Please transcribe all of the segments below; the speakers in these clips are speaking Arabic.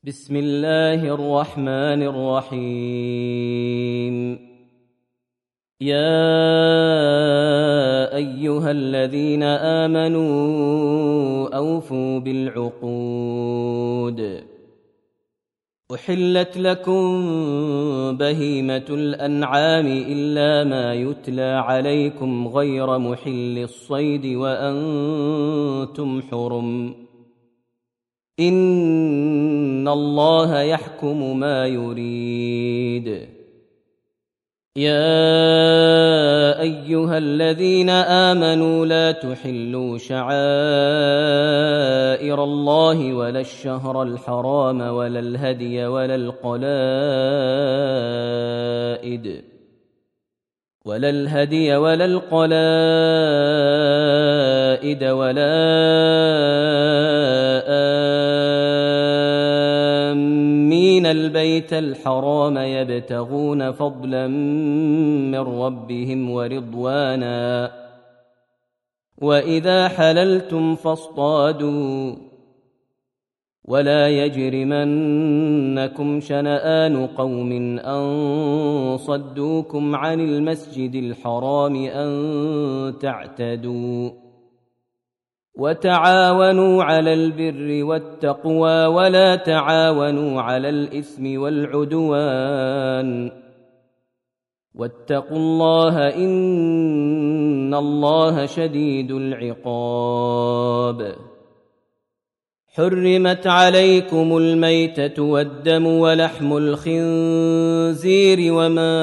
بسم الله الرحمن الرحيم. يا أيها الذين آمنوا أوفوا بالعقود. أحلت لكم بهيمة الأنعام إلا ما يتلى عليكم غير محل الصيد وأنتم حرم. إن الله يحكم ما يريد. يا أيها الذين آمنوا لا تحلوا شعائر الله ولا الشهر الحرام ولا الهدي ولا القلائد ولا آمين البيت الحرام يبتغون فضلا من ربهم ورضوانا. وإذا حللتم فاصطادوا ولا يجرمنكم شنآن قوم أن صدوكم عن المسجد الحرام أن تعتدوا. وتعاونوا على البر والتقوى ولا تعاونوا على الإثم والعدوان. واتقوا الله إن الله شديد العقاب. حرمت عليكم الميتة والدم ولحم الخنزير وما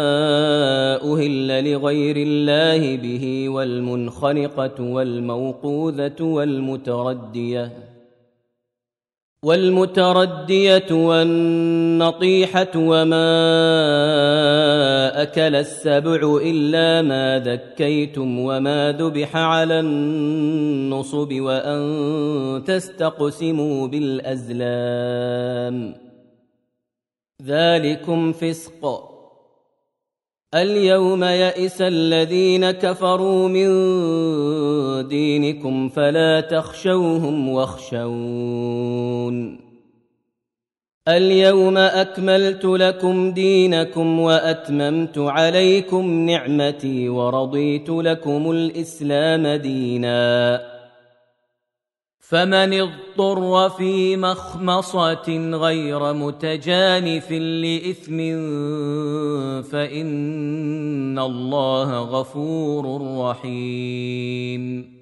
أهل لغير الله به والمنخنقة والموقوذة والمتردية والنطيحة وما أكل السبع إلا ما ذكيتم وما ذبح على النصب وأن تستقسموا بالأزلام ذلكم فسق. اليوم يئس الذين كفروا من دينكم فلا تخشوهم واخشون. اليوم أكملت لكم دينكم وأتممت عليكم نعمتي ورضيت لكم الإسلام دينا. فمن اضطر في مخمصة غير متجانف لإثم فإن الله غفور رحيم.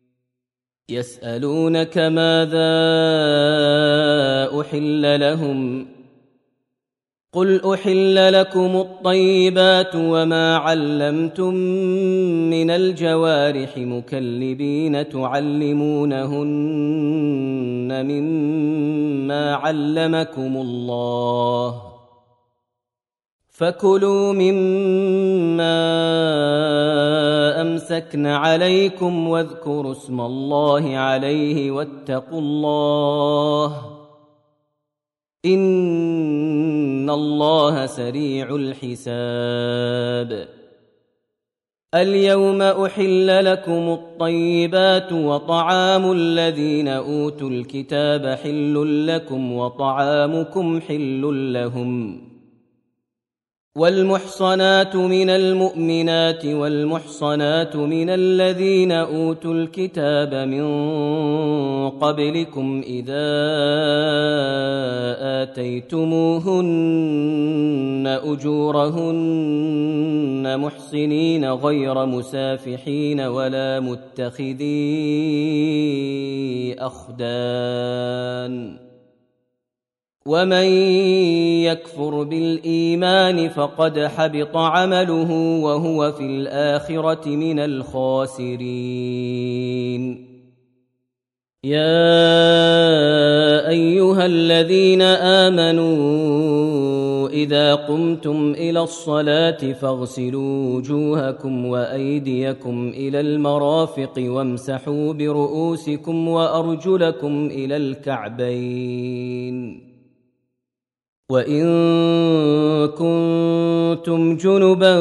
يسألونك ماذا أحل لهم قل أحل لكم الطيبات وما علمتم من الجوارح مكلبين تعلمونهن مما علمكم الله فكلوا مما أمسكن عليكم واذكروا اسم الله عليه واتقوا الله إن الله سريع الحساب. اليوم أحل لكم الطيبات وطعام الذين أوتوا الكتاب حل لكم وطعامكم حل لهم. والمحصنات من المؤمنات والمحصنات من الذين أوتوا الكتاب من قبلكم إذا آتيتموهن أجورهن محصنين غير مسافحين ولا متخذي أخدان. ومن يكفر بالإيمان فقد حبط عمله وهو في الآخرة من الخاسرين. يا أيها الذين آمنوا إذا قمتم إلى الصلاة فاغسلوا وجوهكم وأيديكم إلى المرافق وامسحوا برؤوسكم وأرجلكم إلى الكعبين. وإن كنتم جنبا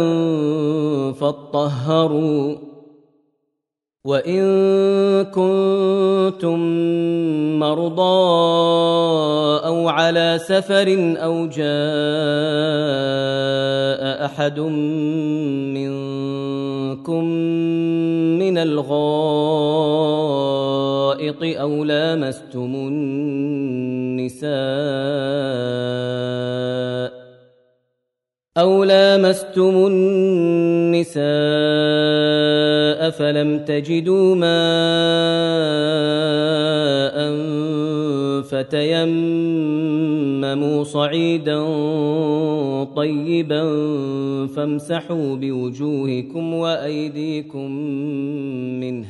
فاطهروا وإن كنتم مرضى أو أو على سفر أو جاء أحد منكم من الغائط أو لامستم النساء فلم تجدوا ماء فتيمموا صعيدا طيبا فامسحوا بوجوهكم وأيديكم منه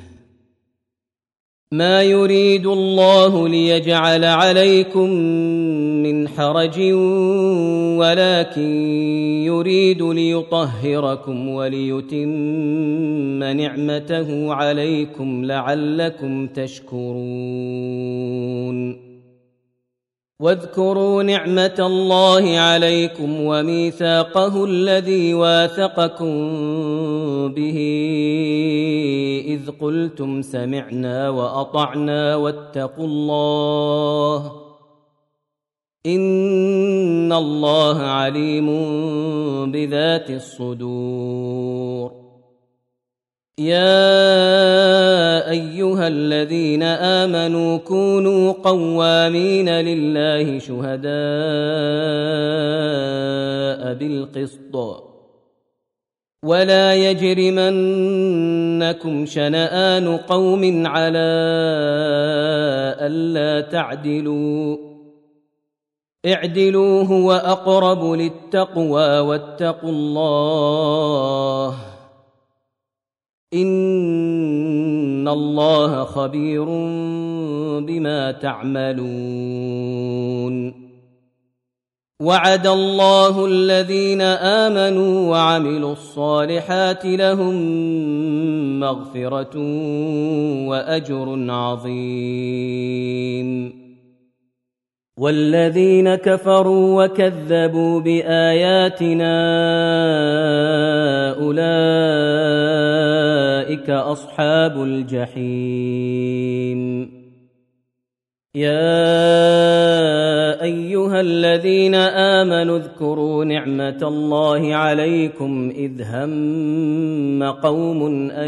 ما يريد الله ليجعل عليكم من حرج ولكن يريد ليطهركم وليتم نعمته عليكم لعلكم تشكرون واذكروا نعمة الله عليكم وميثاقه الذي واثقكم به إذ قلتم سمعنا وأطعنا واتقوا الله إن الله عليم بذات الصدور يا أيها الذين آمنوا كونوا قوامين لله شهداء بالقسط ولا يجرمنكم شنآن قوم على ألا تعدلوا اعدلوا هو أقرب للتقوى واتقوا الله إن الله خبير بما تعملون وعد الله الذين آمنوا وعملوا الصالحات لهم مغفرة وأجر عظيم والذين كفروا وكذبوا بآياتنا أولئك أصحاب الجحيم يا أيها الذين آمنوا اذكروا نعمة الله عليكم إذ هم قوم أن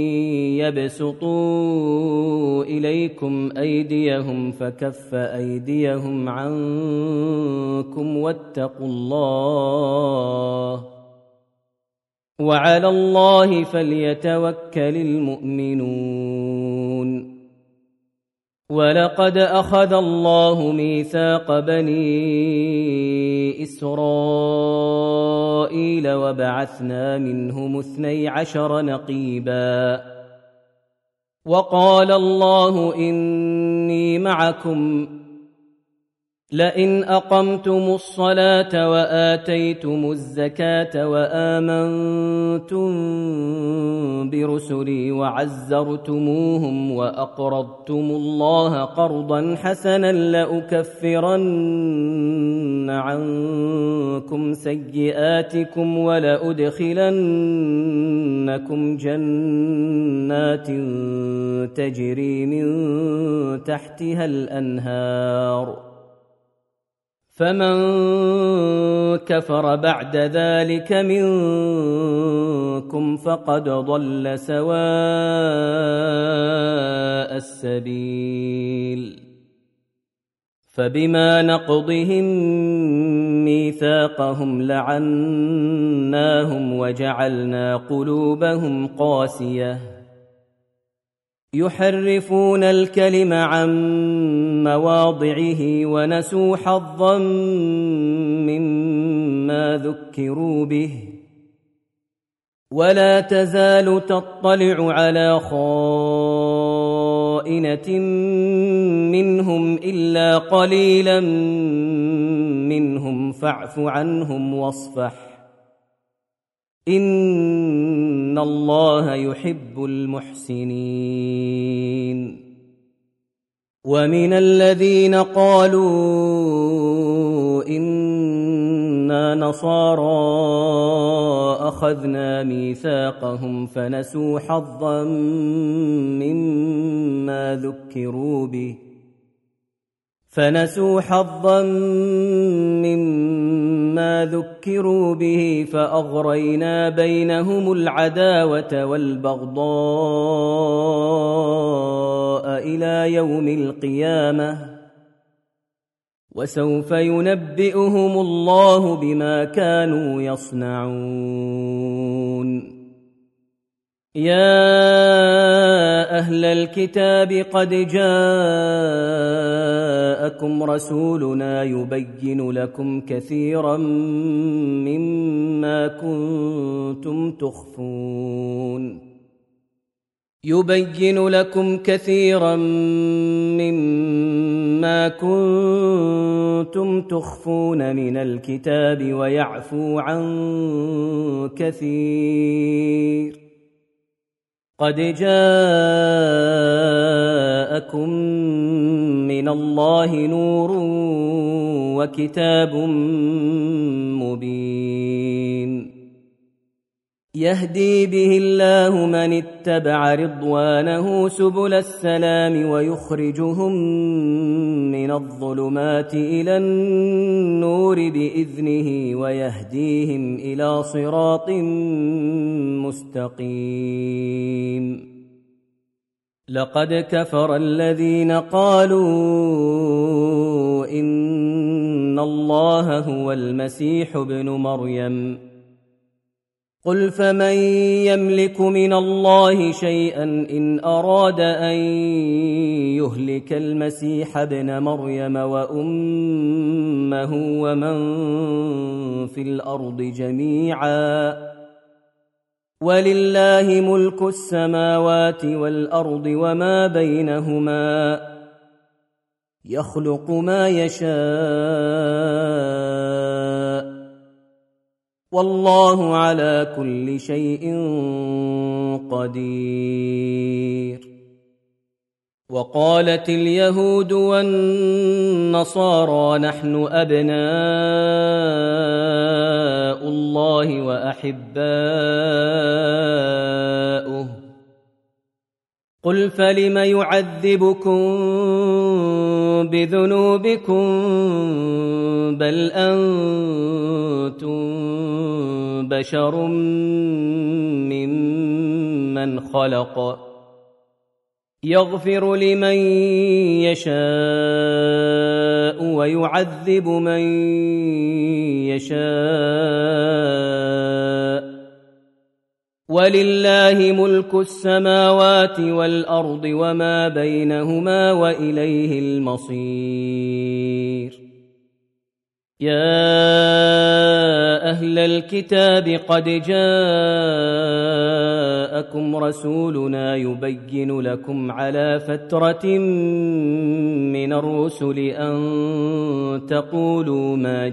يبسطوا إليكم أيديهم فكف أيديهم عنكم واتقوا الله وعلى الله فليتوكل المؤمنون ولقد أخذ الله ميثاق بني إسرائيل وبعثنا منهم 12 نقيبا وقال الله إني معكم لئن أقمتم الصلاة وآتيتم الزكاة وآمنتم برسلي وعزرتموهم وأقرضتم الله قرضا حسنا لأكفرن عنكم سيئاتكم ولأدخلنكم جنات تجري من تحتها الأنهار فمن كفر بعد ذلك منكم فقد ضل سواء السبيل فبما نقضهم ميثاقهم لعناهم وجعلنا قلوبهم قاسية يحرفون الكلم عن مواضعه ونسوا حظا مما ذكروا به ولا تزال تطلع على خائنة منهم إلا قليلا منهم فاعف عنهم واصفح إن الله يحب المحسنين ومن الذين قالوا إنا نصارى أخذنا ميثاقهم فنسوا حظا مما ذكروا به فنسوا حظا مما ذكروا به فأغرينا بينهم العداوة والبغضاء إلى يوم القيامة وسوف ينبئهم الله بما كانوا يصنعون. يا أهل الكتاب قد جاءكم رسولنا يبين لكم كثيرا مما كنتم تخفون من الكتاب ويعفو عن كثير. قد جاءكم من الله نور وكتاب مبين يهدي به الله من اتبع رضوانه سبل السلام ويخرجهم من الظلمات إلى النور بإذنه ويهديهم إلى صراط مستقيم. لقد كفر الذين قالوا إن الله هو المسيح ابن مريم قل فمن يملك من الله شيئا إن أراد أن يهلك المسيح ابن مريم وأمه ومن في الأرض جميعا ولله ملك السماوات والأرض وما بينهما يخلق ما يشاء والله على كل شيء قدير. وقالت اليهود والنصارى نحن أبناء الله وأحباؤه قل فلم يعذبكم بذنوبكم بل أنتم بشر ممن خلق يغفر لمن يشاء ويعذب من يشاء ولله ملك السماوات والأرض وما بينهما وإليه المصير. يا أهل الكتاب قد جاءكم رسولنا يبين لكم على فترة من الرسل أن تقولوا ما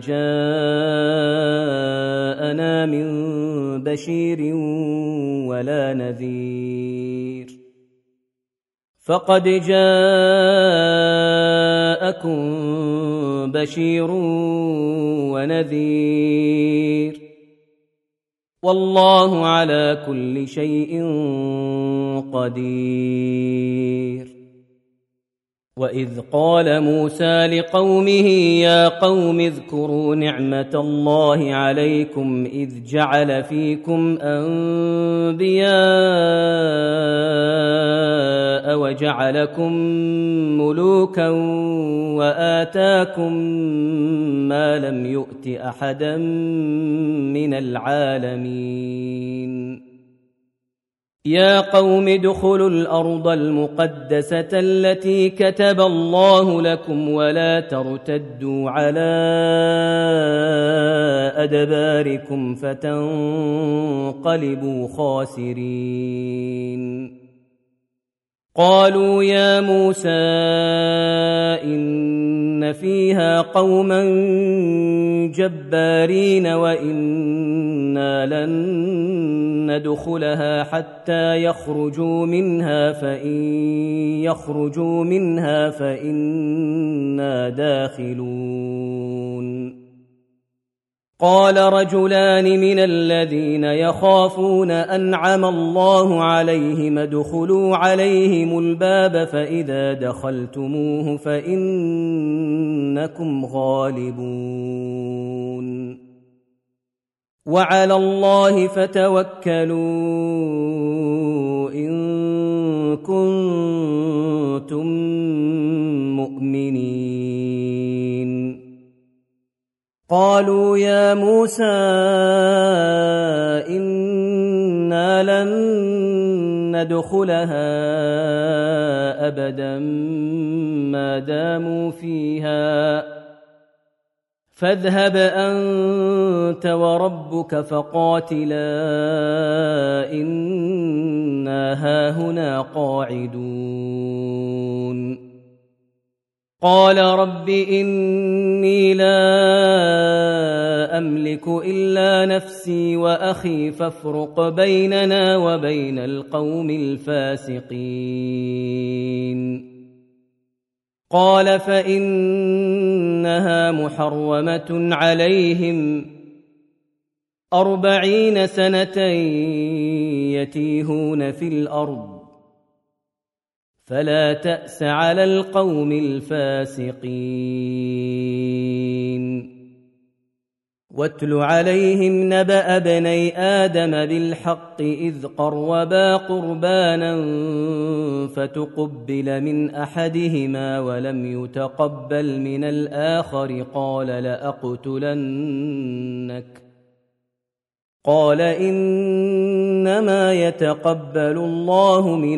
جاءنا من بشير ولا نذير فقد جاءكم بشير ونذير والله على كل شيء قدير. وإذ قال موسى لقومه يا قوم اذكروا نعمة الله عليكم إذ جعل فيكم أنبياء وجعلكم ملوكا وآتاكم ما لم يؤت أحدا من العالمين. يا قوم ادخلوا الأرض المقدسة التي كتب الله لكم ولا ترتدوا على أدباركم فتنقلبوا خاسرين. قالوا يا موسى إن فيها قوما جبارين وإنا لن ندخلها حتى يخرجوا منها فإن يخرجوا منها فإنا داخلون. قال رجلان من الذين يخافون أنعم الله عليهم ادخلوا عليهم الباب فإذا دخلتموه فإنكم غالبون وعلى الله فتوكلوا إن كنتم مؤمنين قالوا يا موسى إنا لن ندخلها أبدا ما داموا فيها فاذهب أنت وربك فقاتلا إنا هاهنا قاعدون قال رب إني لا أملك إلا نفسي وأخي فافرق بيننا وبين القوم الفاسقين قال فإنها محرمة عليهم 40 سنة يتيهون في الأرض فلا تأس على القوم الفاسقين واتل عليهم نبأ بني آدم بالحق إذ قربا قربانا فتقبل من أحدهما ولم يتقبل من الآخر قال لأقتلنك قال إنما يتقبل الله من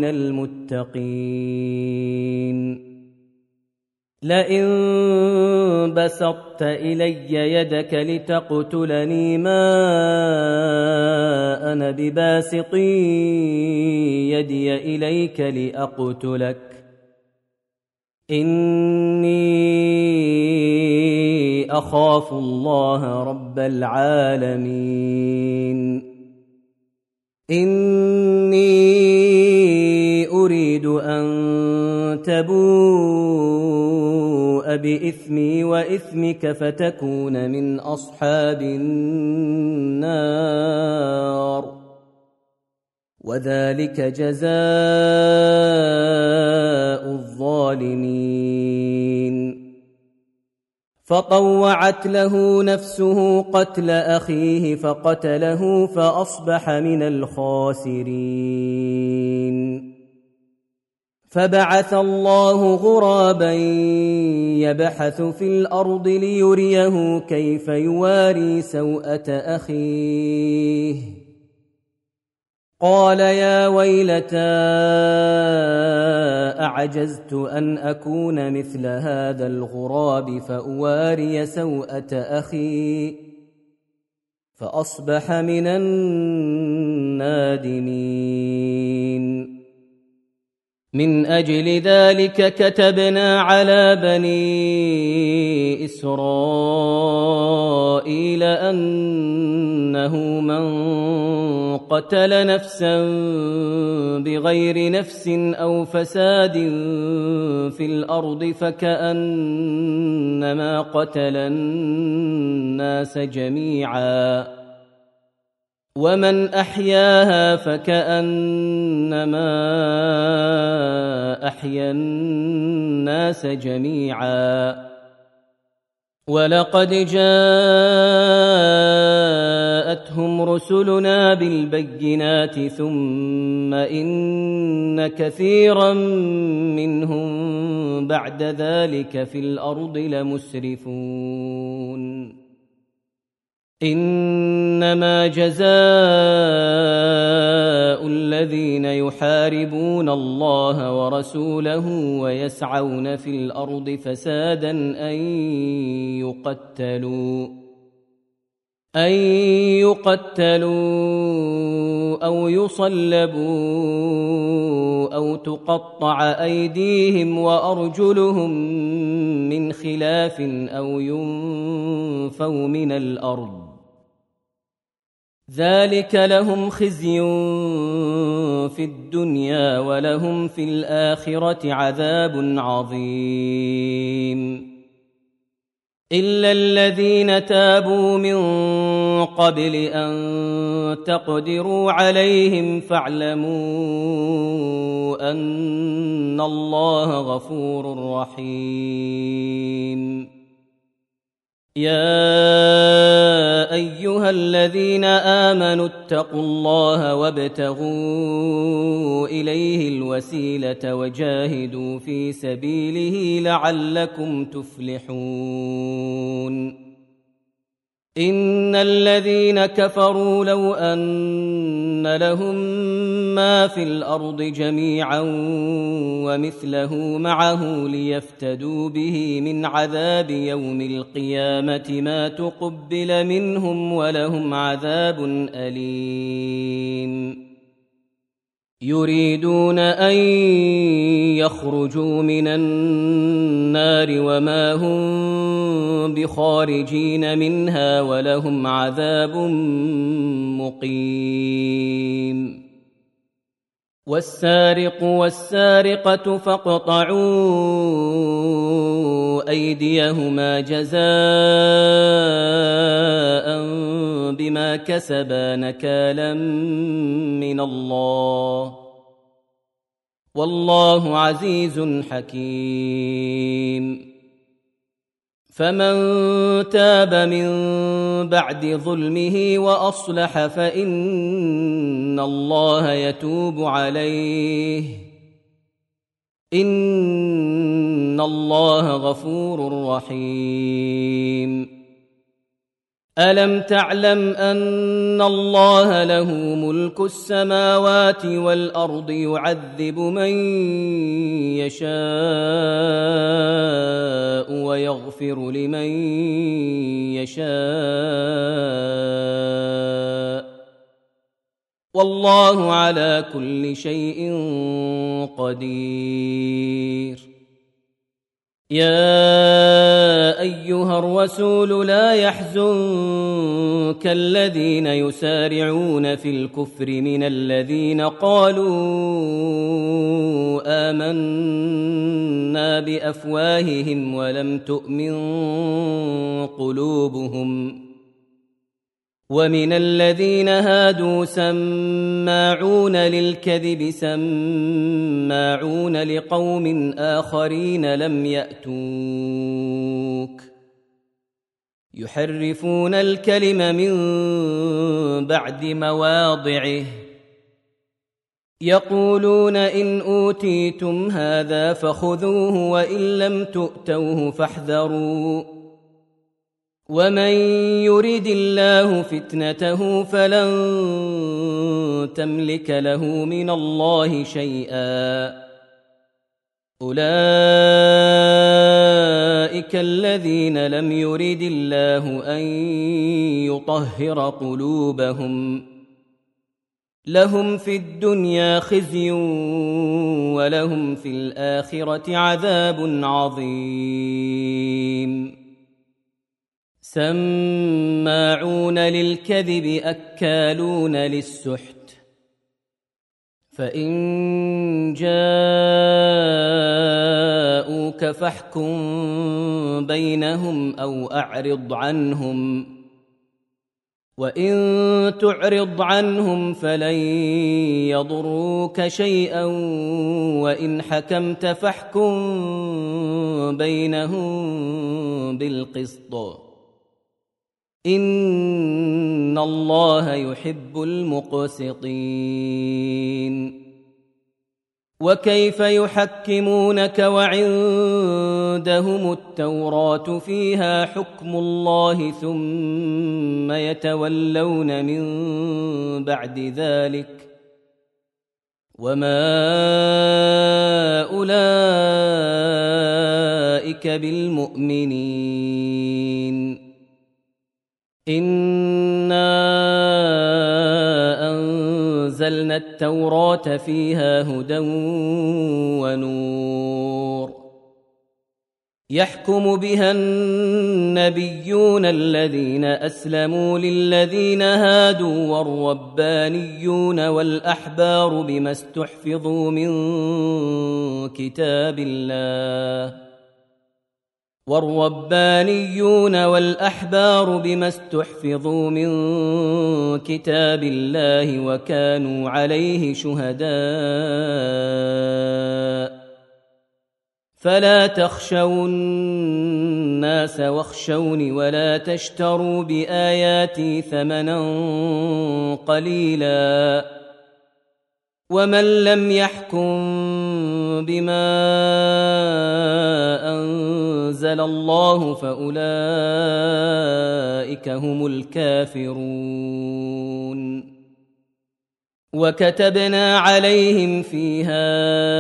المتقين لئن بسطت إلي يدك لتقتلني ما أنا بباسط يدي إليك لأقتلك إني أخاف الله رب العالمين إني أريد أن تبوء بإثمي وإثمك فتكون من أصحاب النار وذلك جزاء الظالمين فطوعت له نفسه قتل أخيه فقتله فأصبح من الخاسرين فبعث الله غرابا يبحث في الأرض ليريه كيف يواري سوءة أخيه قال يا ويلتى أعجزت أن أكون مثل هذا الغراب فأواري سوءة أخي فأصبح من النادمين من أجل ذلك كتبنا على بني إسرائيل أنه من قتل نفسا بغير نفس أو فساد في الأرض فكأنما قتل الناس جميعا ومن أحياها فكأنما أحيا الناس جميعا ولقد جاءتهم رسلنا بالبينات ثم إن كثيرا منهم بعد ذلك في الأرض لمسرفون إنما جزاء الذين يحاربون الله ورسوله ويسعون في الأرض فسادا أن يقتلوا أو يصلبوا أو تقطع أيديهم وأرجلهم من خلاف أو ينفوا من الأرض ذلك لهم خزي في الدنيا ولهم في الآخرة عذاب عظيم إلا الذين تابوا من قبل أن تقدروا عليهم فاعلموا أن الله غفور رحيم. يا أيها الذين آمنوا اتقوا الله وابتغوا إليه الوسيلة وجاهدوا في سبيله لعلكم تفلحون. إن الذين كفروا لو أن لهم ما في الأرض جميعا ومثله معه ليفتدوا به من عذاب يوم القيامة ما تقبل منهم ولهم عذاب أليم. يريدون أن يخرجوا من النار وما هم بخارجين منها ولهم عذاب مقيم. والسارق والسارقة فاقطعوا أيديهما جزاء بما كسبا نكالا من الله والله عزيز حكيم. فمن تاب من بعد ظلمه وأصلح فإن الله يتوب عليه إن الله غفور رحيم. ألم تعلم أن الله له ملك السماوات والأرض يعذب من يشاء ويغفر لمن يشاء والله على كل شيء قدير. يا أيها الرسول لا يحزنك الذين يسارعون في الكفر من الذين قالوا آمنا بأفواههم ولم تؤمن قلوبهم ومن الذين هادوا سماعون للكذب سماعون لقوم آخرين لم يأتوك يحرفون الكلم من بعد مواضعه يقولون إن أوتيتم هذا فخذوه وإن لم تؤتوه فاحذروا ومن يرد الله فتنته فلن تملك له من الله شيئا أولئك الذين لم يرد الله أن يطهر قلوبهم لهم في الدنيا خزي ولهم في الآخرة عذاب عظيم. سماعون للكذب أكالون للسحت فإن جاءوك فاحكم بينهم أو أعرض عنهم وإن تعرض عنهم فلن يضروك شيئا وإن حكمت فاحكم بينهم بالقسط إن الله يحب المقسطين. وكيف يحكمونك وعندهم التوراة فيها حكم الله ثم يتولون من بعد ذلك وما أولئك بالمؤمنين. إنا أنزلنا التوراة فيها هدى ونور يحكم بها النبيون الذين أسلموا للذين هادوا والربانيون والأحبار بما استحفظوا من كتاب الله والربانيون والأحبار بما استحفظوا من كتاب الله وكانوا عليه شهداء فلا تخشوا الناس واخشوني ولا تشتروا بآياتي ثمنا قليلا ومن لم يحكم بما أنزل الله فأولئك هم الكافرون وكتبنا عليهم فيها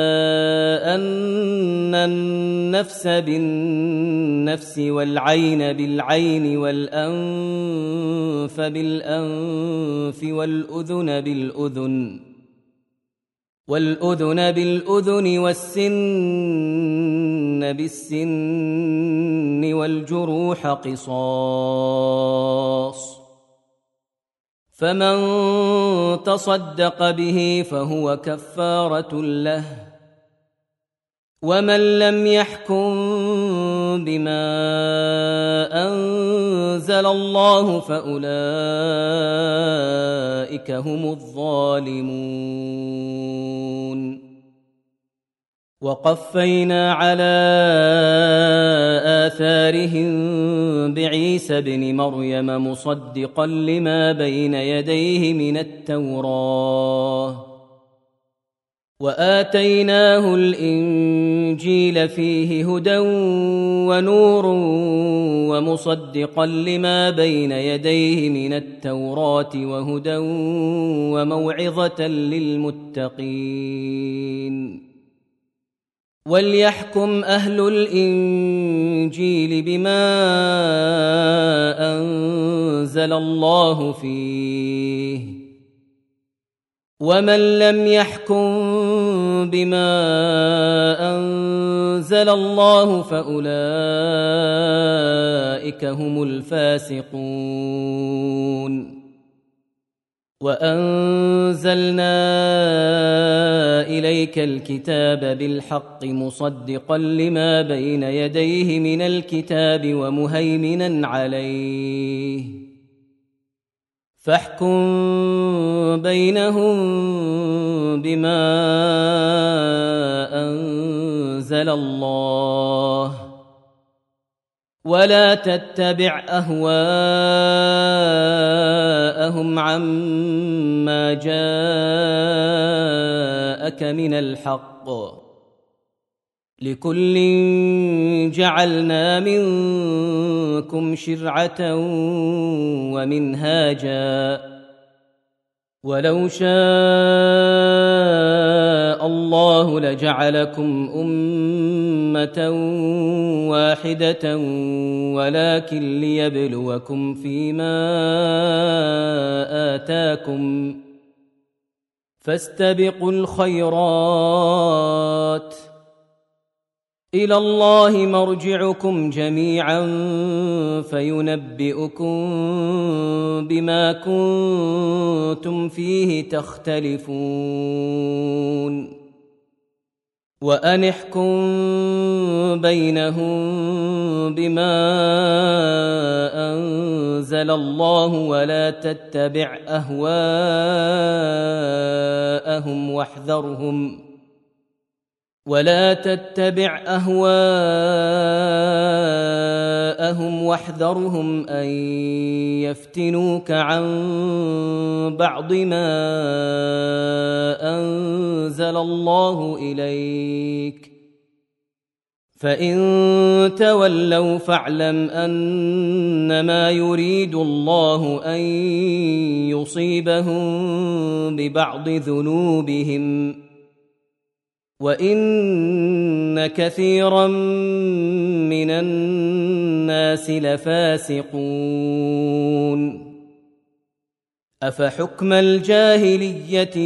أن النفس بالنفس والعين بالعين والأنف بالأنف والأذن بالأذن والسن بالسن والجروح قصاص فمن تصدق به فهو كفارة له ومن لم يحكم بما أنزل الله فأولئك هم الظالمون وقفينا على آثارهم بعيسى ابن مريم مصدقا لما بين يديه من التوراة وآتيناه الإنجيل فيه هدى ونور ومصدقا لما بين يديه من التوراة وهدى وموعظة للمتقين وليحكم أهل الإنجيل بما أنزل الله فيه ومن لم يحكم بما أنزل الله فأولئك هم الفاسقون وأنزلنا إليك الكتاب بالحق مصدقا لما بين يديه من الكتاب ومهيمنا عليه فاحكم بينهم بما أنزل الله ولا تتبع أهواءهم عما جاءك من الحق لكل جعلنا منكم شرعة ومنهاجا ولو شاء الله لجعلكم أمة واحدة ولكن ليبلوكم فيما آتاكم فاستبقوا الخيرات إلى الله مرجعكم جميعا فينبئكم بما كنتم فيه تختلفون وأن احكم بينهم بما أنزل الله ولا تتبع أهواءهم واحذرهم أن يفتنوك عن بعض ما أنزل الله إليك فإن تولوا فاعلم أنما يريد الله أن يصيبهم ببعض ذنوبهم وإن كثيرا من الناس لفاسقون أفحكم الجاهلية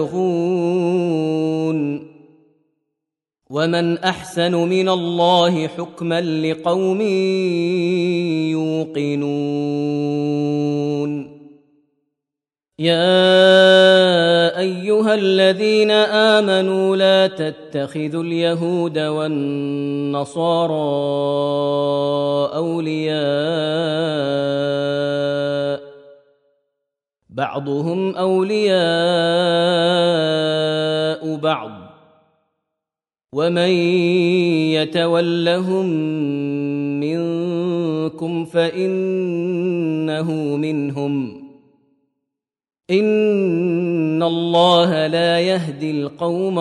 يبغون ومن أحسن من الله حكما لقوم يوقنون يا أيها أيها الذين آمنوا لا تتخذوا اليهود والنصارى أولياء بعضهم أولياء بعض ومن يتولهم منكم فإنه منهم إن الله لا يهدي القوم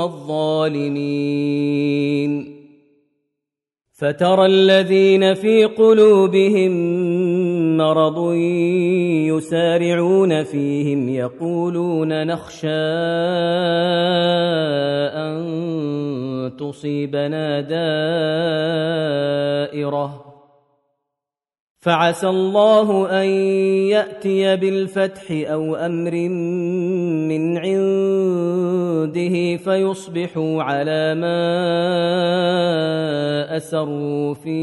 الظالمين فترى الذين في قلوبهم مرض يسارعون فيهم يقولون نخشى أن تصيبنا دائرة فعسى الله أن يأتي بالفتح أو أمر من عنده فيصبحوا على ما أسروا في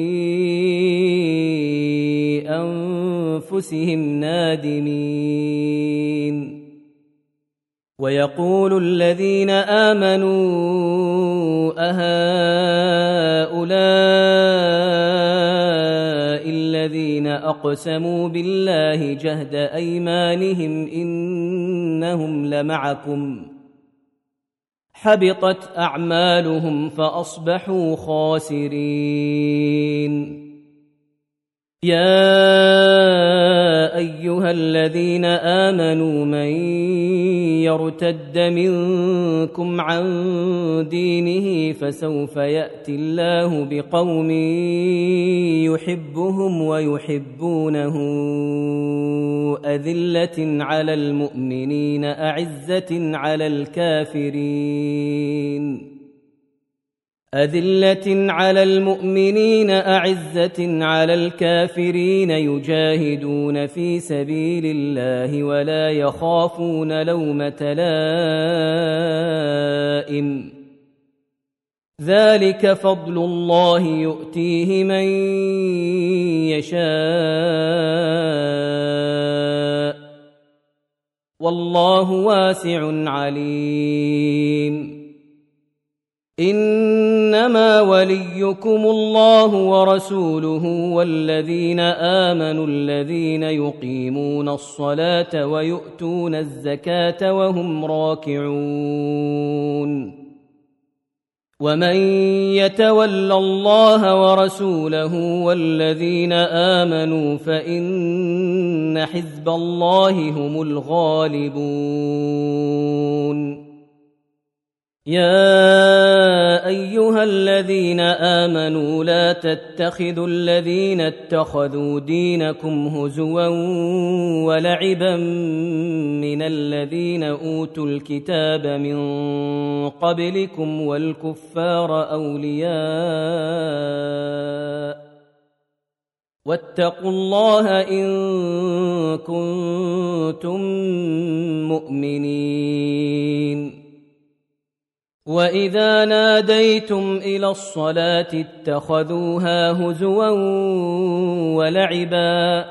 أنفسهم نادمين ويقول الذين آمنوا أهؤلاء الذين أقسموا بالله جهد أيمانهم إنهم لمعكم حبطت أعمالهم فأصبحوا خاسرين يا أيها الذين آمنوا من يرتد منكم عن دينه فسوف يأتي الله بقوم يحبهم ويحبونه أذلة على المؤمنين أعزة على المؤمنين أعزة على الكافرين يجاهدون في سبيل الله ولا يخافون لومة لائم ذلك فضل الله يؤتيه من يشاء والله واسع عليم إنما وليكم الله ورسوله والذين آمنوا الذين يقيمون الصلاة ويؤتون الزكاة وهم راكعون ومن يتول الله ورسوله والذين آمنوا فإن حزب الله هم الغالبون يا أيها الذين آمنوا لا تتخذوا الذين اتخذوا دينكم هزوا ولعبا من الذين أوتوا الكتاب من قبلكم والكفار أولياء واتقوا الله إن كنتم مؤمنين وإذا ناديتم إلى الصلاة اتخذوها هزوا ولعبا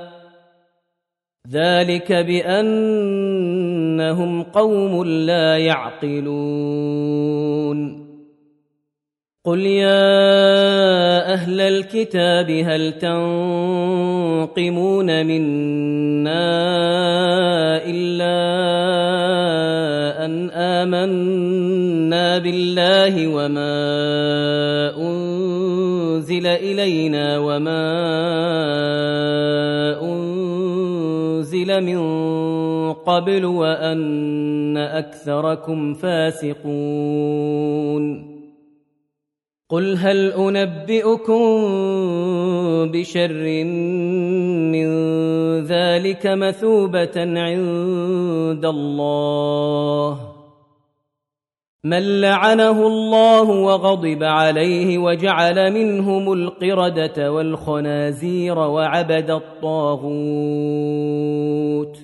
ذلك بأنهم قوم لا يعقلون قل يا أهل الكتاب هل تنقمون منا إلا أن آمنا بالله وما أنزل إلينا وما أنزل من قبل وأن أكثركم فاسقون قل هل أنبئكم بشر من ذلك مثوبة عند الله من لعنه الله وغضب عليه وجعل منهم القردة والخنازير وعبد الطاغوت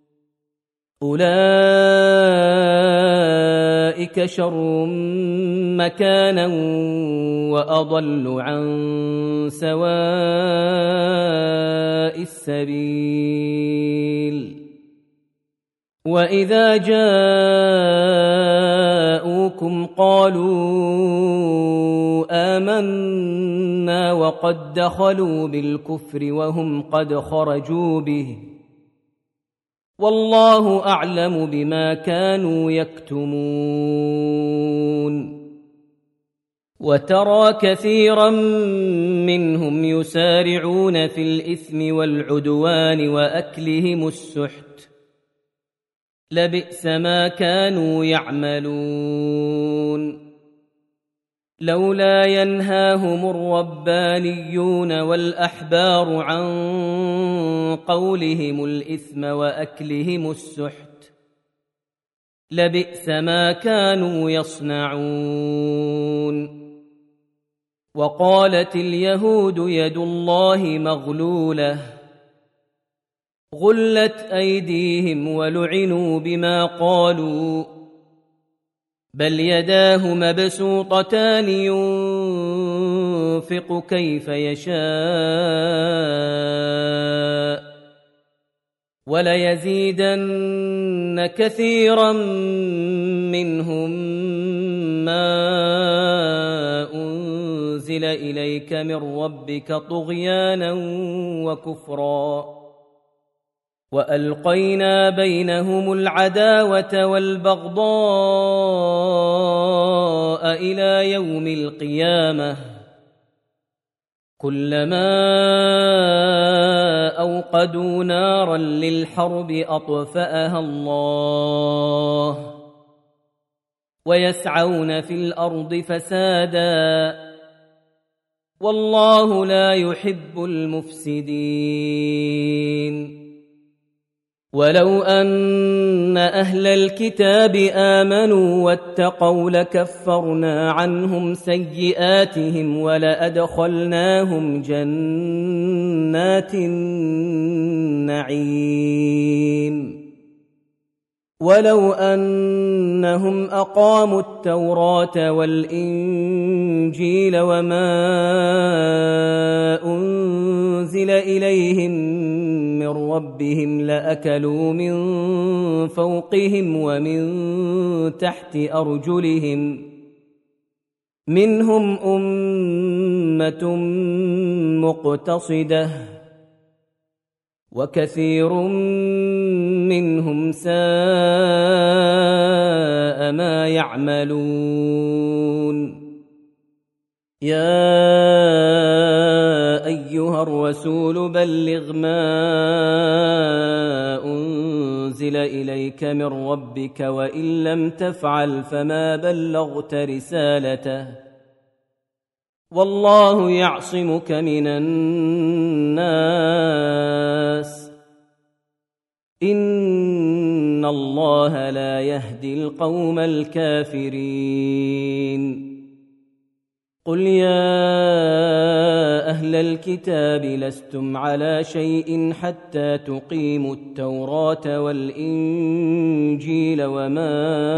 أولئك شر مكانا وأضل عن سواء السبيل وإذا جاءوكم قالوا آمنا وقد دخلوا بالكفر وهم قد خرجوا به والله أعلم بما كانوا يكتمون وترى كثيرا منهم يسارعون في الإثم والعدوان وأكلهم السحت لبئس ما كانوا يعملون لولا ينهاهم الربانيون والأحبار عن قولهم الإثم وأكلهم السحت لبئس ما كانوا يصنعون وقالت اليهود يد الله مغلولة غلت أيديهم ولعنوا بما قالوا بل يداه مبسوطتان ينفق كيف يشاء وليزيدن كثيرا منهم ما أنزل إليك من ربك طغيانا وكفرا وألقينا بينهم العداوة والبغضاء إلى يوم القيامة كلما أوقدوا نارا للحرب أطفأها الله ويسعون في الأرض فسادا والله لا يحب المفسدين ولو أن أهل الكتاب آمنوا واتقوا لكفرنا عنهم سيئاتهم ولأدخلناهم جنات النعيم ولو أنهم أقاموا التوراة والإنجيل وما أنزل إليهم من ربهم لأكلوا من فوقهم ومن تحت أرجلهم منهم أمة مقتصدة وكثير منهم ساء ما يعملون يا أيها الرسول بلغ ما أنزل إليك من ربك وإن لم تفعل فما بلغت رسالته والله يعصمك من الناس إن الله لا يهدي القوم الكافرين قل يا أهل الكتاب لستم على شيء حتى تقيموا التوراة والإنجيل وما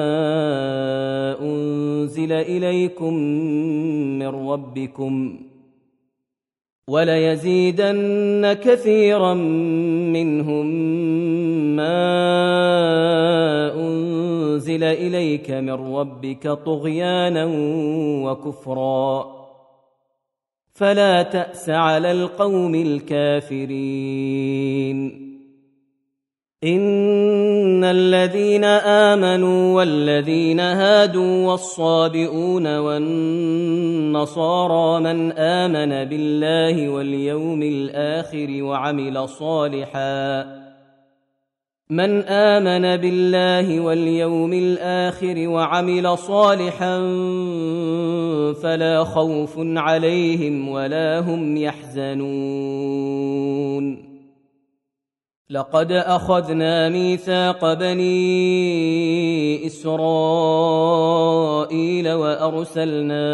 أنزل إليكم من ربكم وليزيدن كثيرا منهم ما أنزل إليك من ربك طغيانا وكفرا فلا تأس على القوم الكافرين إن الذين آمنوا والذين هادوا والصابئون والنصارى من آمن بالله واليوم الآخر وعمل صالحا فلا خوف عليهم ولا هم يحزنون لقد أخذنا ميثاق بني إسرائيل وأرسلنا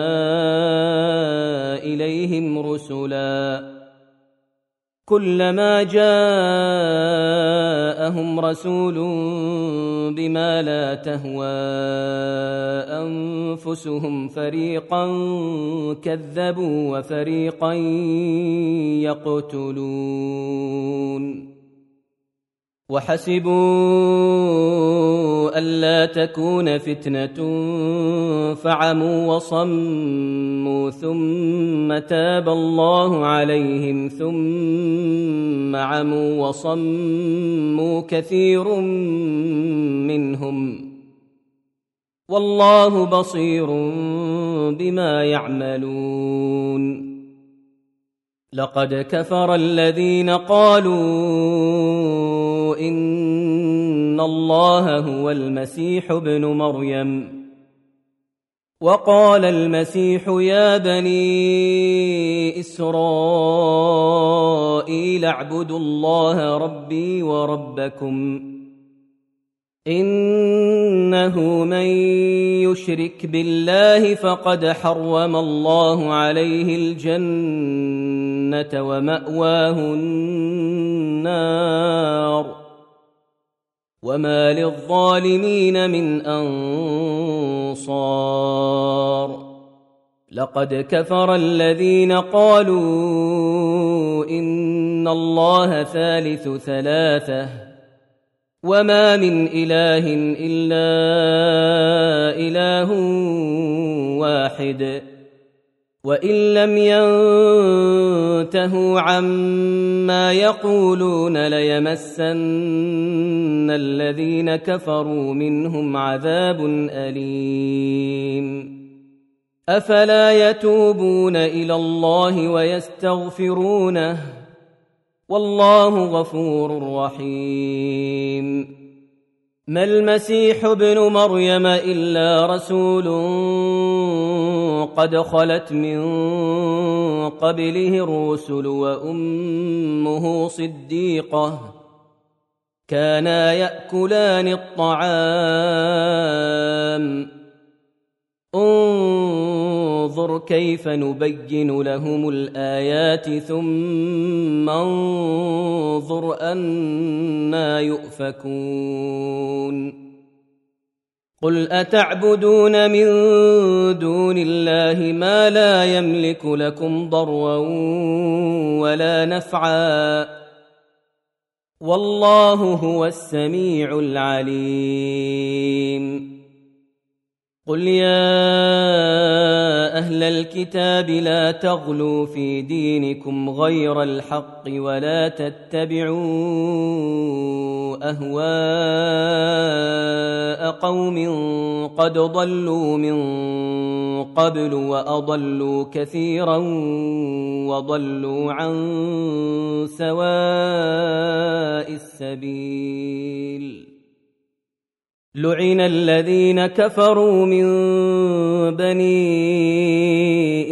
إليهم رسلا كلما جاءهم رسول بما لا تهوى أنفسهم فريقا كذبوا وفريقا يقتلون وحسبوا ألا تكون فتنة فعموا وصموا ثم تاب الله عليهم ثم عموا وصموا كثير منهم والله بصير بما يعملون لقد كفر الذين قالوا إن الله هو المسيح ابن مريم وقال المسيح يا بني إسرائيل اعبدوا الله ربي وربكم إنه من يشرك بالله فقد حرم الله عليه الجنة ومأواه النار وما للظالمين من أنصار لقد كفر الذين قالوا إن الله ثالث ثلاثة وما من إله إلا إله واحد وإن لم ينتهوا عما يقولون ليمسن الذين كفروا منهم عذاب أليم أفلا يتوبون إلى الله ويستغفرونه والله غفور رحيم ما المسيح ابن مريم إلا رسول قد خلت من قبله الرسل وأمه صديقة كانا يأكلان الطعام انظر كيف نبين لهم الآيات ثم انظر أنى يؤفكون قل أتعبدون من دون الله ما لا يملك لكم ضرا ولا نفعا والله هو السميع العليم قل يا أهل الكتاب لا تغلوا في دينكم غير الحق ولا تتبعوا أهواء قوم قد ضلوا من قبل وأضلوا كثيرا وضلوا عن سواء السبيل لعن الذين كفروا من بني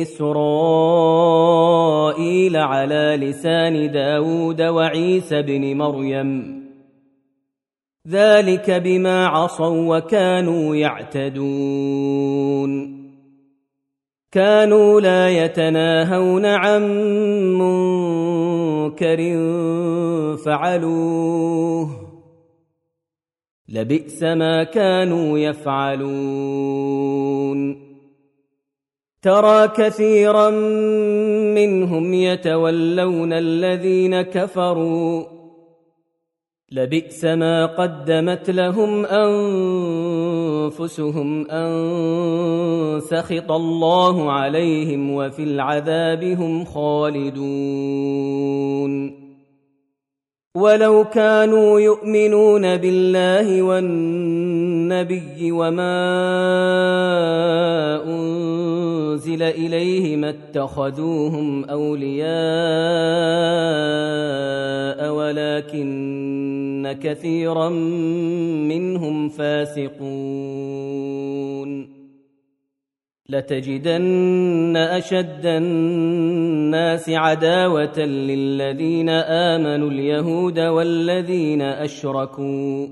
إسرائيل على لسان داود وعيسى بن مريم ذلك بما عصوا وكانوا يعتدون كانوا لا يتناهون عن منكر فعلوه لبئس ما كانوا يفعلون ترى كثيرا منهم يتولون الذين كفروا لبئس ما قدمت لهم أنفسهم أن سخط الله عليهم وفي العذاب هم خالدون ولو كانوا يؤمنون بالله والنبي وما أنزل إليه ما اتخذوهم أولياء ولكن كثيرا منهم فاسقون لتجدن أشد الناس عداوة للذين آمنوا اليهود والذين أشركوا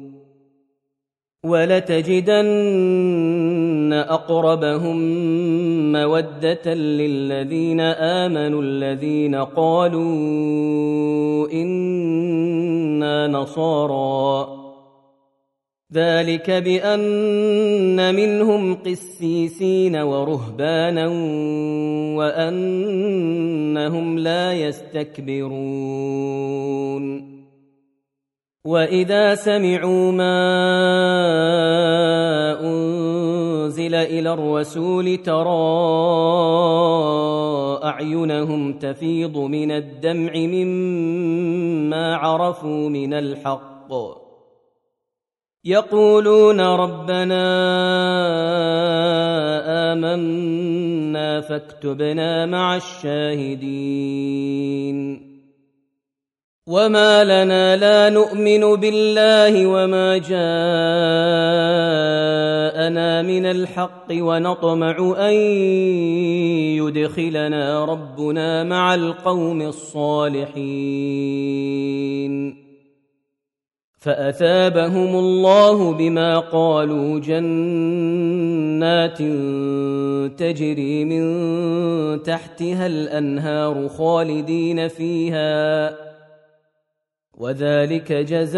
ولتجدن أقربهم مودة للذين آمنوا الذين قالوا إنا نصارى ذلك بأن منهم قسيسين ورهبانا وأنهم لا يستكبرون وإذا سمعوا ما أنزل إلى الرسول ترى أعينهم تفيض من الدمع مما عرفوا من الحق يقولون ربنا آمنا فاكتبنا مع الشاهدين وما لنا لا نؤمن بالله وما جاءنا من الحق ونطمع أن يدخلنا ربنا مع القوم الصالحين فأثابهم الله بما قالوا جنات تجري من تحتها الأنهار خالدين فيها وذلك جزاء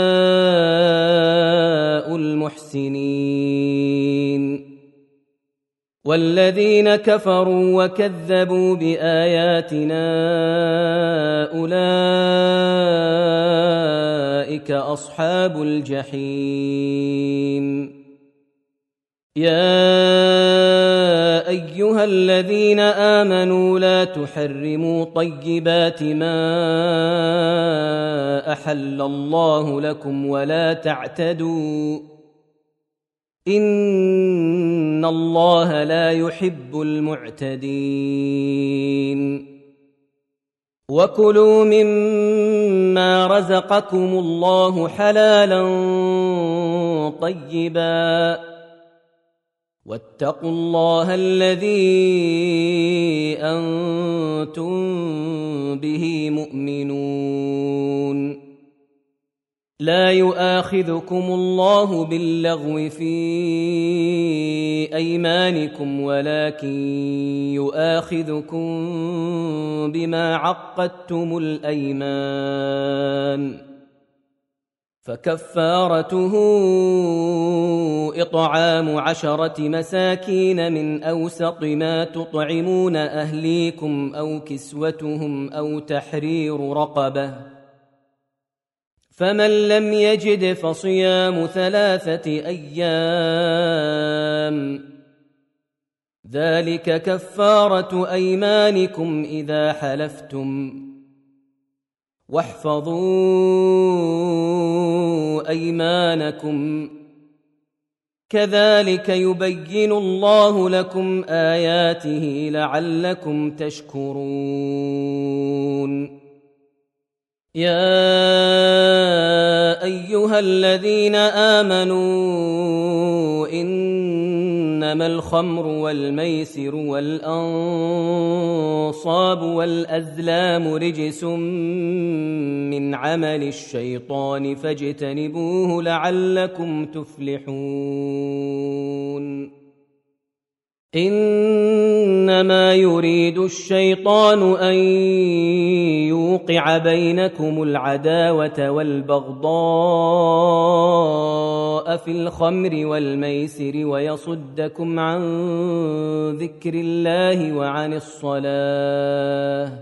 المحسنين والذين كفروا وكذبوا بآياتنا أولئك أصحاب الجحيم يا أيها الذين آمنوا لا تحرموا طيبات ما أحل الله لكم ولا تعتدوا إن الله لا يحب المعتدين وكلوا مما رزقكم الله حلالا طيبا واتقوا الله الذي أنتم به مؤمنون لا يؤاخذكم الله باللغو في أيمانكم ولكن يؤاخذكم بما عقدتم الأيمان فكفارته إطعام 10 مساكين من أوسط ما تطعمون أهليكم أو كسوتهم أو تحرير رقبة فمن لم يجد فصيام 3 أيام ذلك كفارة أيمانكم إذا حلفتم واحفظوا أيمانكم كذلك يبين الله لكم آياته لعلكم تشكرون يا أيها الذين آمنوا إنما الخمر والميسر والأنصاب والأزلام رجس من عمل الشيطان فاجتنبوه لعلكم تفلحون إنما يريد الشيطان أن يوقع بينكم العداوة والبغضاء في الخمر والميسر ويصدكم عن ذكر الله وعن الصلاة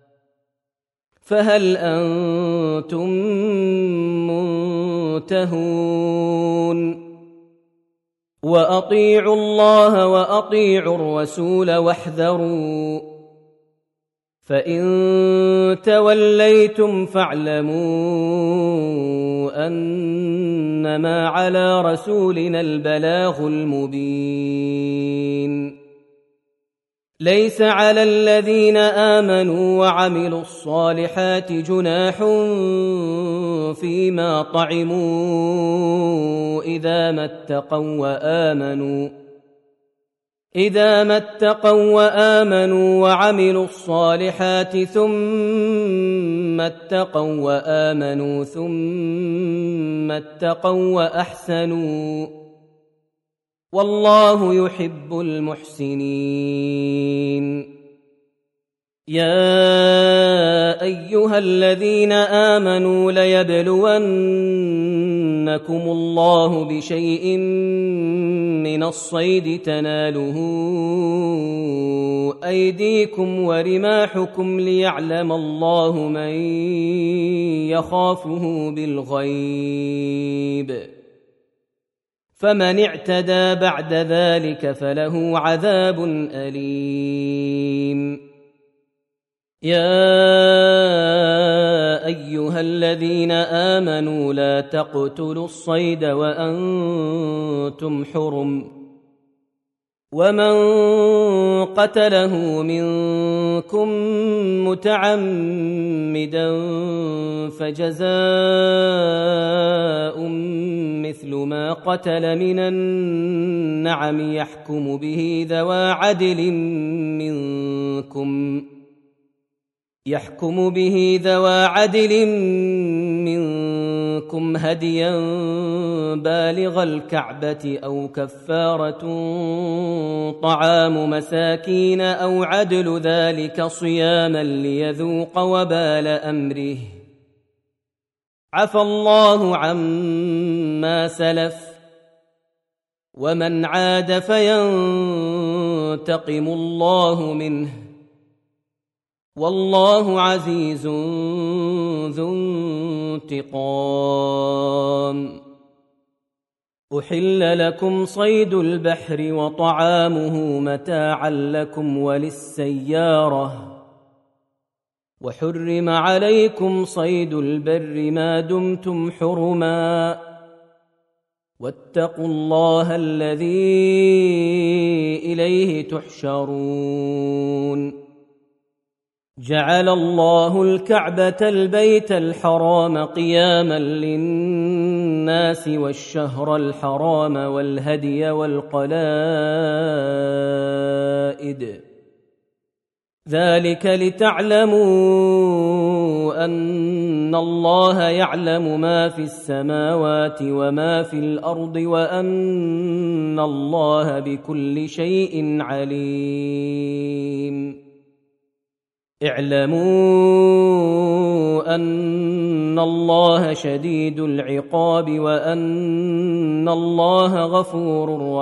فهل أنتم منتهون وأطيعوا الله وأطيعوا الرسول واحذروا فإن توليتم فاعلموا أنما على رسولنا البلاغ المبين ليس على الذين آمنوا وعملوا الصالحات جناح فيما طعموا إذا ما اتقوا وآمنوا وعملوا الصالحات ثم اتقوا وآمنوا ثم اتقوا وأحسنوا والله يحب المحسنين يا أيها الذين آمنوا ليبلونكم الله بشيء من الصيد تناله أيديكم ورماحكم ليعلم الله من يخافه بالغيب فمن اعتدى بعد ذلك فله عذاب أليم. يا أيها الذين آمنوا لا تقتلوا الصيد وأنتم حرم، ومن قتله منكم متعمدا فجزاء مثل ما قتل من النعم يحكم به ذوى عدل منكم هديا بالغ الكعبة أو كفارة طعام مساكين أو عدل ذلك صياما ليذوق وبال أمره. عفى الله عما سلف، ومن عاد فينتقم الله منه، والله عزيز ذو انتقام. أحل لكم صيد البحر وطعامه متاعا لكم وللسيارة، وحرم عليكم صيد البر ما دمتم حرما، واتقوا الله الذي إليه تحشرون. جعل الله الكعبة البيت الحرام قياما للناس والشهر الحرام والهدي والقلائد، ذلك لتعلموا أن الله يعلم ما في السماوات وما في الأرض وأن الله بكل شيء عليم. اعلموا أن الله شديد العقاب وأن الله غفور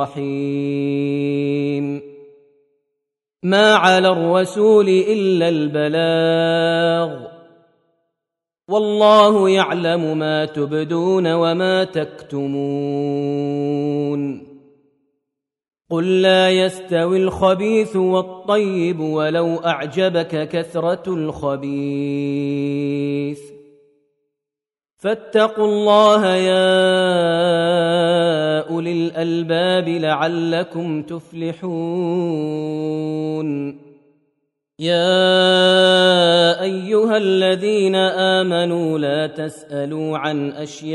رحيم. ما على الرسول إلا البلاغ، والله يعلم ما تبدون وما تكتمون. قل لا يستوي الخبيث والطيب ولو أعجبك كثرة الخبيث، فاتقوا الله يا أولي الألباب لعلكم تفلحون. يا أيها الذين آمنوا لا تسألوا عن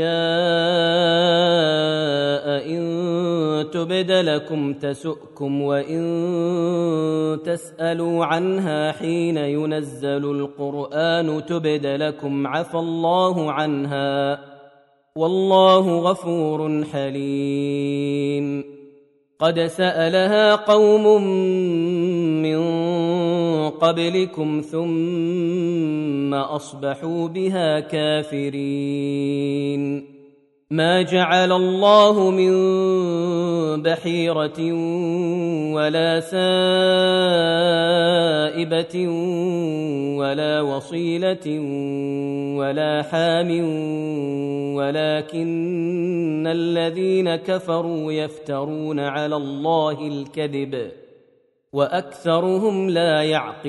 أشياء إن تبد لكم تسؤكم، وإن تسألوا عنها حين ينزل القرآن تبد لكم عفى الله عنها، والله غفور حليم. قد سألها قوم من قبلكم ثم أصبحوا بها كافرين. ما جعل الله من بحيرة ولا سائبة ولا وصيلة ولا حام، ولكن الذين كفروا يفترون على الله الكذب وأكثرهم لا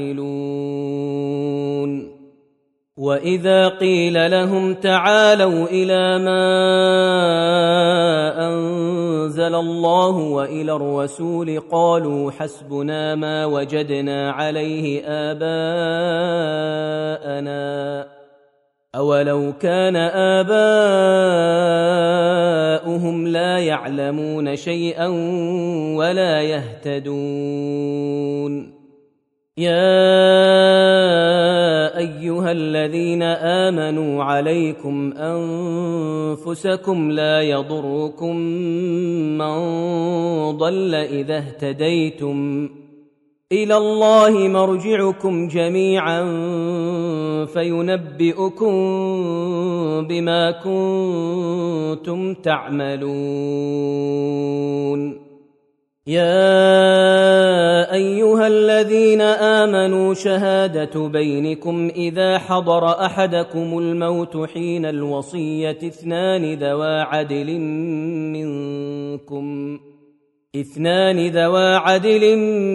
يعقلون. وإذا قيل لهم تعالوا إلى ما أنزل الله وإلى الرسول قالوا حسبنا ما وجدنا عليه آباءنا، أولو كان آباؤهم لا يعلمون شيئا ولا يهتدون. يا أيها الذين آمنوا عليكم أنفسكم لا يضركم من ضل إذا اهتديتم، إلى الله مرجعكم جميعا فينبئكم بما كنتم تعملون. يا أيها الذين آمنوا شهادة بينكم إذا حضر أحدكم الموت حين الوصية اثنان ذوى عدل منكم منكم 2 ذوا عدل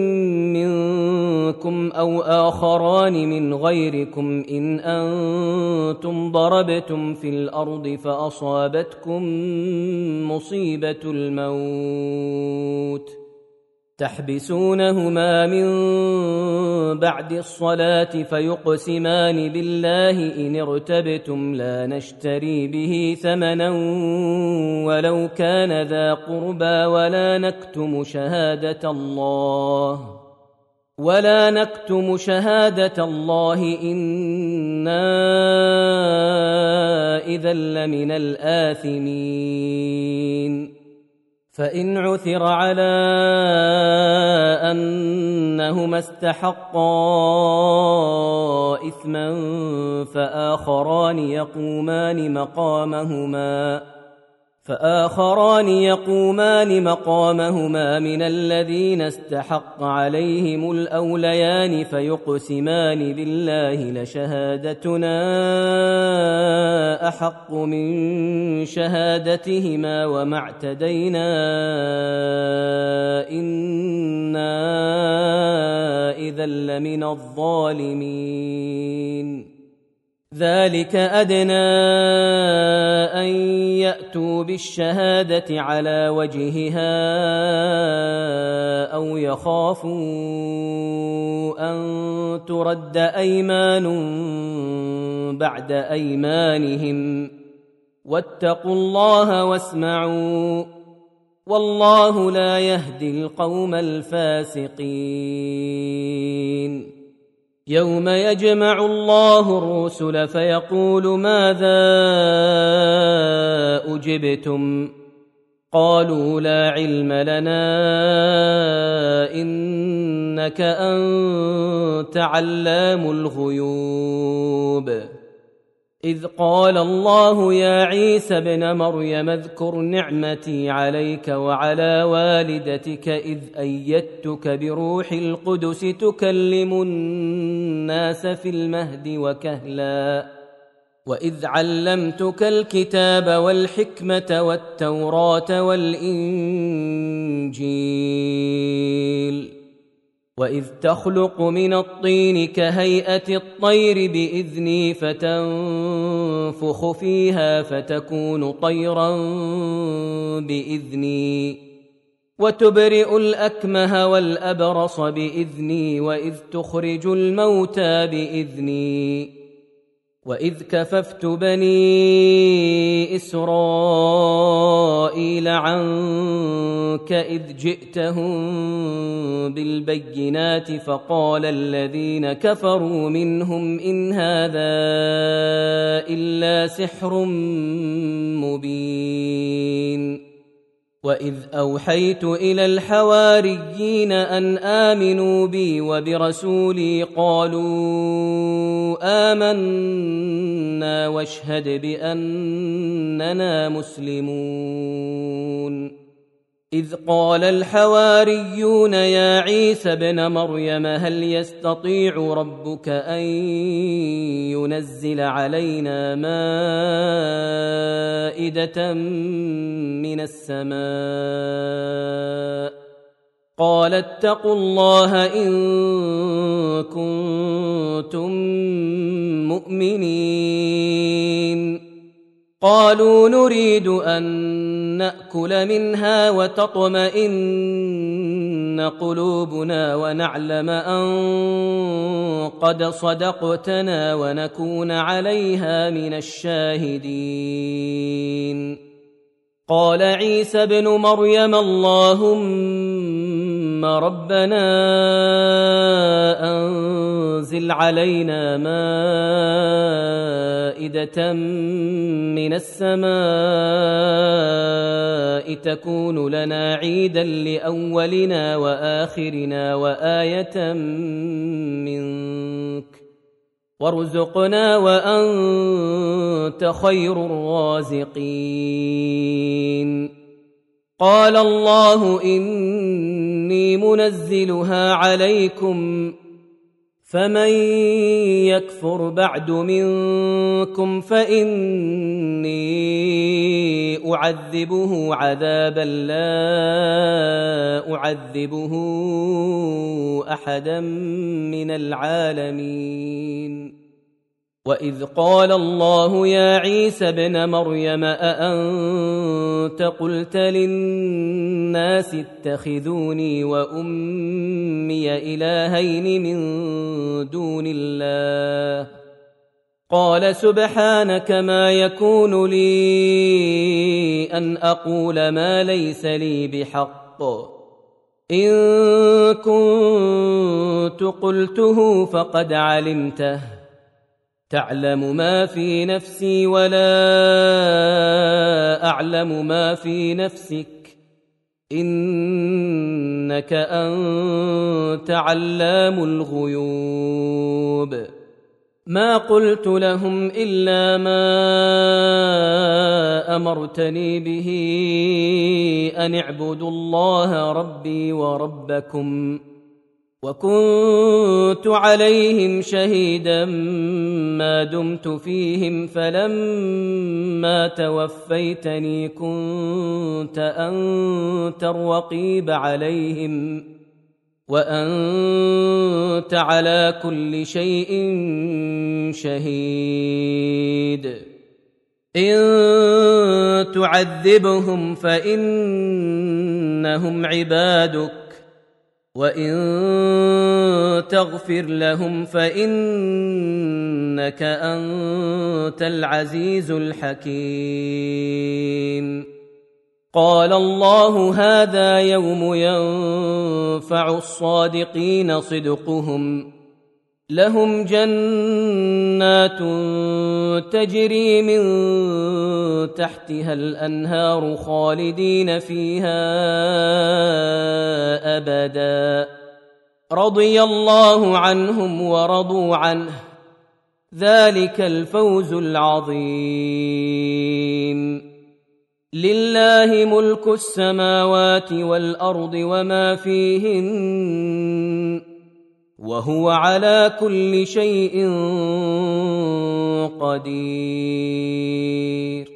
منكم أو آخران من غيركم إن أنتم ضربتم في الأرض فأصابتكم مصيبة الموت تحبسونهما من بعد الصلاة فيقسمان بالله إن ارتبتم لا نشتري به ثمنا ولو كان ذا قربى ولا نكتم شهادة الله إنا إذا لمن الآثمين فإن عثر على أنهما استحقا إثما فآخران يقومان مقامهما من الذين استحق عليهم الأوليان فيقسمان بالله لشهادتنا أحق من شهادتهما وما اعتدينا إنا إذا لمن الظالمين ذلك أدنى أن يأتوا بالشهادة على وجهها أو يخافوا أن ترد أيمان بعد أيمانهم واتقوا الله واسمعوا والله لا يهدي القوم الفاسقين يوم يجمع الله الرسل فيقول ماذا أجبتم قالوا لا علم لنا إنك أنت علام الغيوب إذ قال الله يا عيسى ابن مريم اذكر نعمتي عليك وعلى والدتك إذ أيدتك بروح القدس تكلم الناس في المهد وكهلا وإذ علمتك الكتاب والحكمة والتوراة والإنجيل وإذ تخلق من الطين كهيئة الطير بإذني فتنفخ فيها فتكون طيرا بإذني وتبرئ الأكمه والأبرص بإذني وإذ تخرج الموتى بإذني وإذ كففت بني إسرائيل عنك إذ جئتهم بالبينات فقال الذين كفروا منهم إن هذا إلا سحر مبين وإذ أوحيت إلى الحواريين أن آمنوا بي وبرسولي قالوا آمنا واشهد بأننا مسلمون إذ قال الحواريون يا عيسى ابن مريم هل يستطيع ربك أن ينزل علينا مائدة من السماء قال اتقوا الله إن كنتم مؤمنين قالوا نريد أن نأكل منها وتطمئن قلوبنا ونعلم أن قد صدقتنا ونكون عليها من الشاهدين قال عيسى ابن مريم اللهم ربنا أنزل علينا مائدة من السماء تكون لنا عيدا لأولنا وآخرنا وآية منك وارزقنا وأنت خير الرازقين قال الله إني منزلها عليكم فمن يكفر بعد منكم فإني أعذبه عذابا لا أعذبه أحدا من العالمين. وإذ قال الله يا عيسى ابن مريم أأنت قلت للناس اتخذوني وأمي إلهين من دون الله قال سبحانك ما يكون لي أن أقول ما ليس لي بحق إن كنت قلته فقد علمته تعلم ما في نفسي ولا أعلم ما في نفسك إنك أنت علام الغيوب. ما قلت لهم إلا ما أمرتني به أن اعبدوا الله ربي وربكم وكنت عليهم شهيدا ما دمت فيهم فلما توفيتني كنت أنت الرقيب عليهم وأنت على كل شيء شهيد. إن تعذبهم فإنهم عبادك وإن تغفر لهم فإنك أنت العزيز الحكيم. قال الله هذا يوم ينفع الصادقين صدقهم لهم جنات تجري من تحتها الأنهار خالدين فيها أبدا رضي الله عنهم ورضوا عنه ذلك الفوز العظيم. لله ملك السماوات والأرض وما فيهن وهو على كل شيء قدير.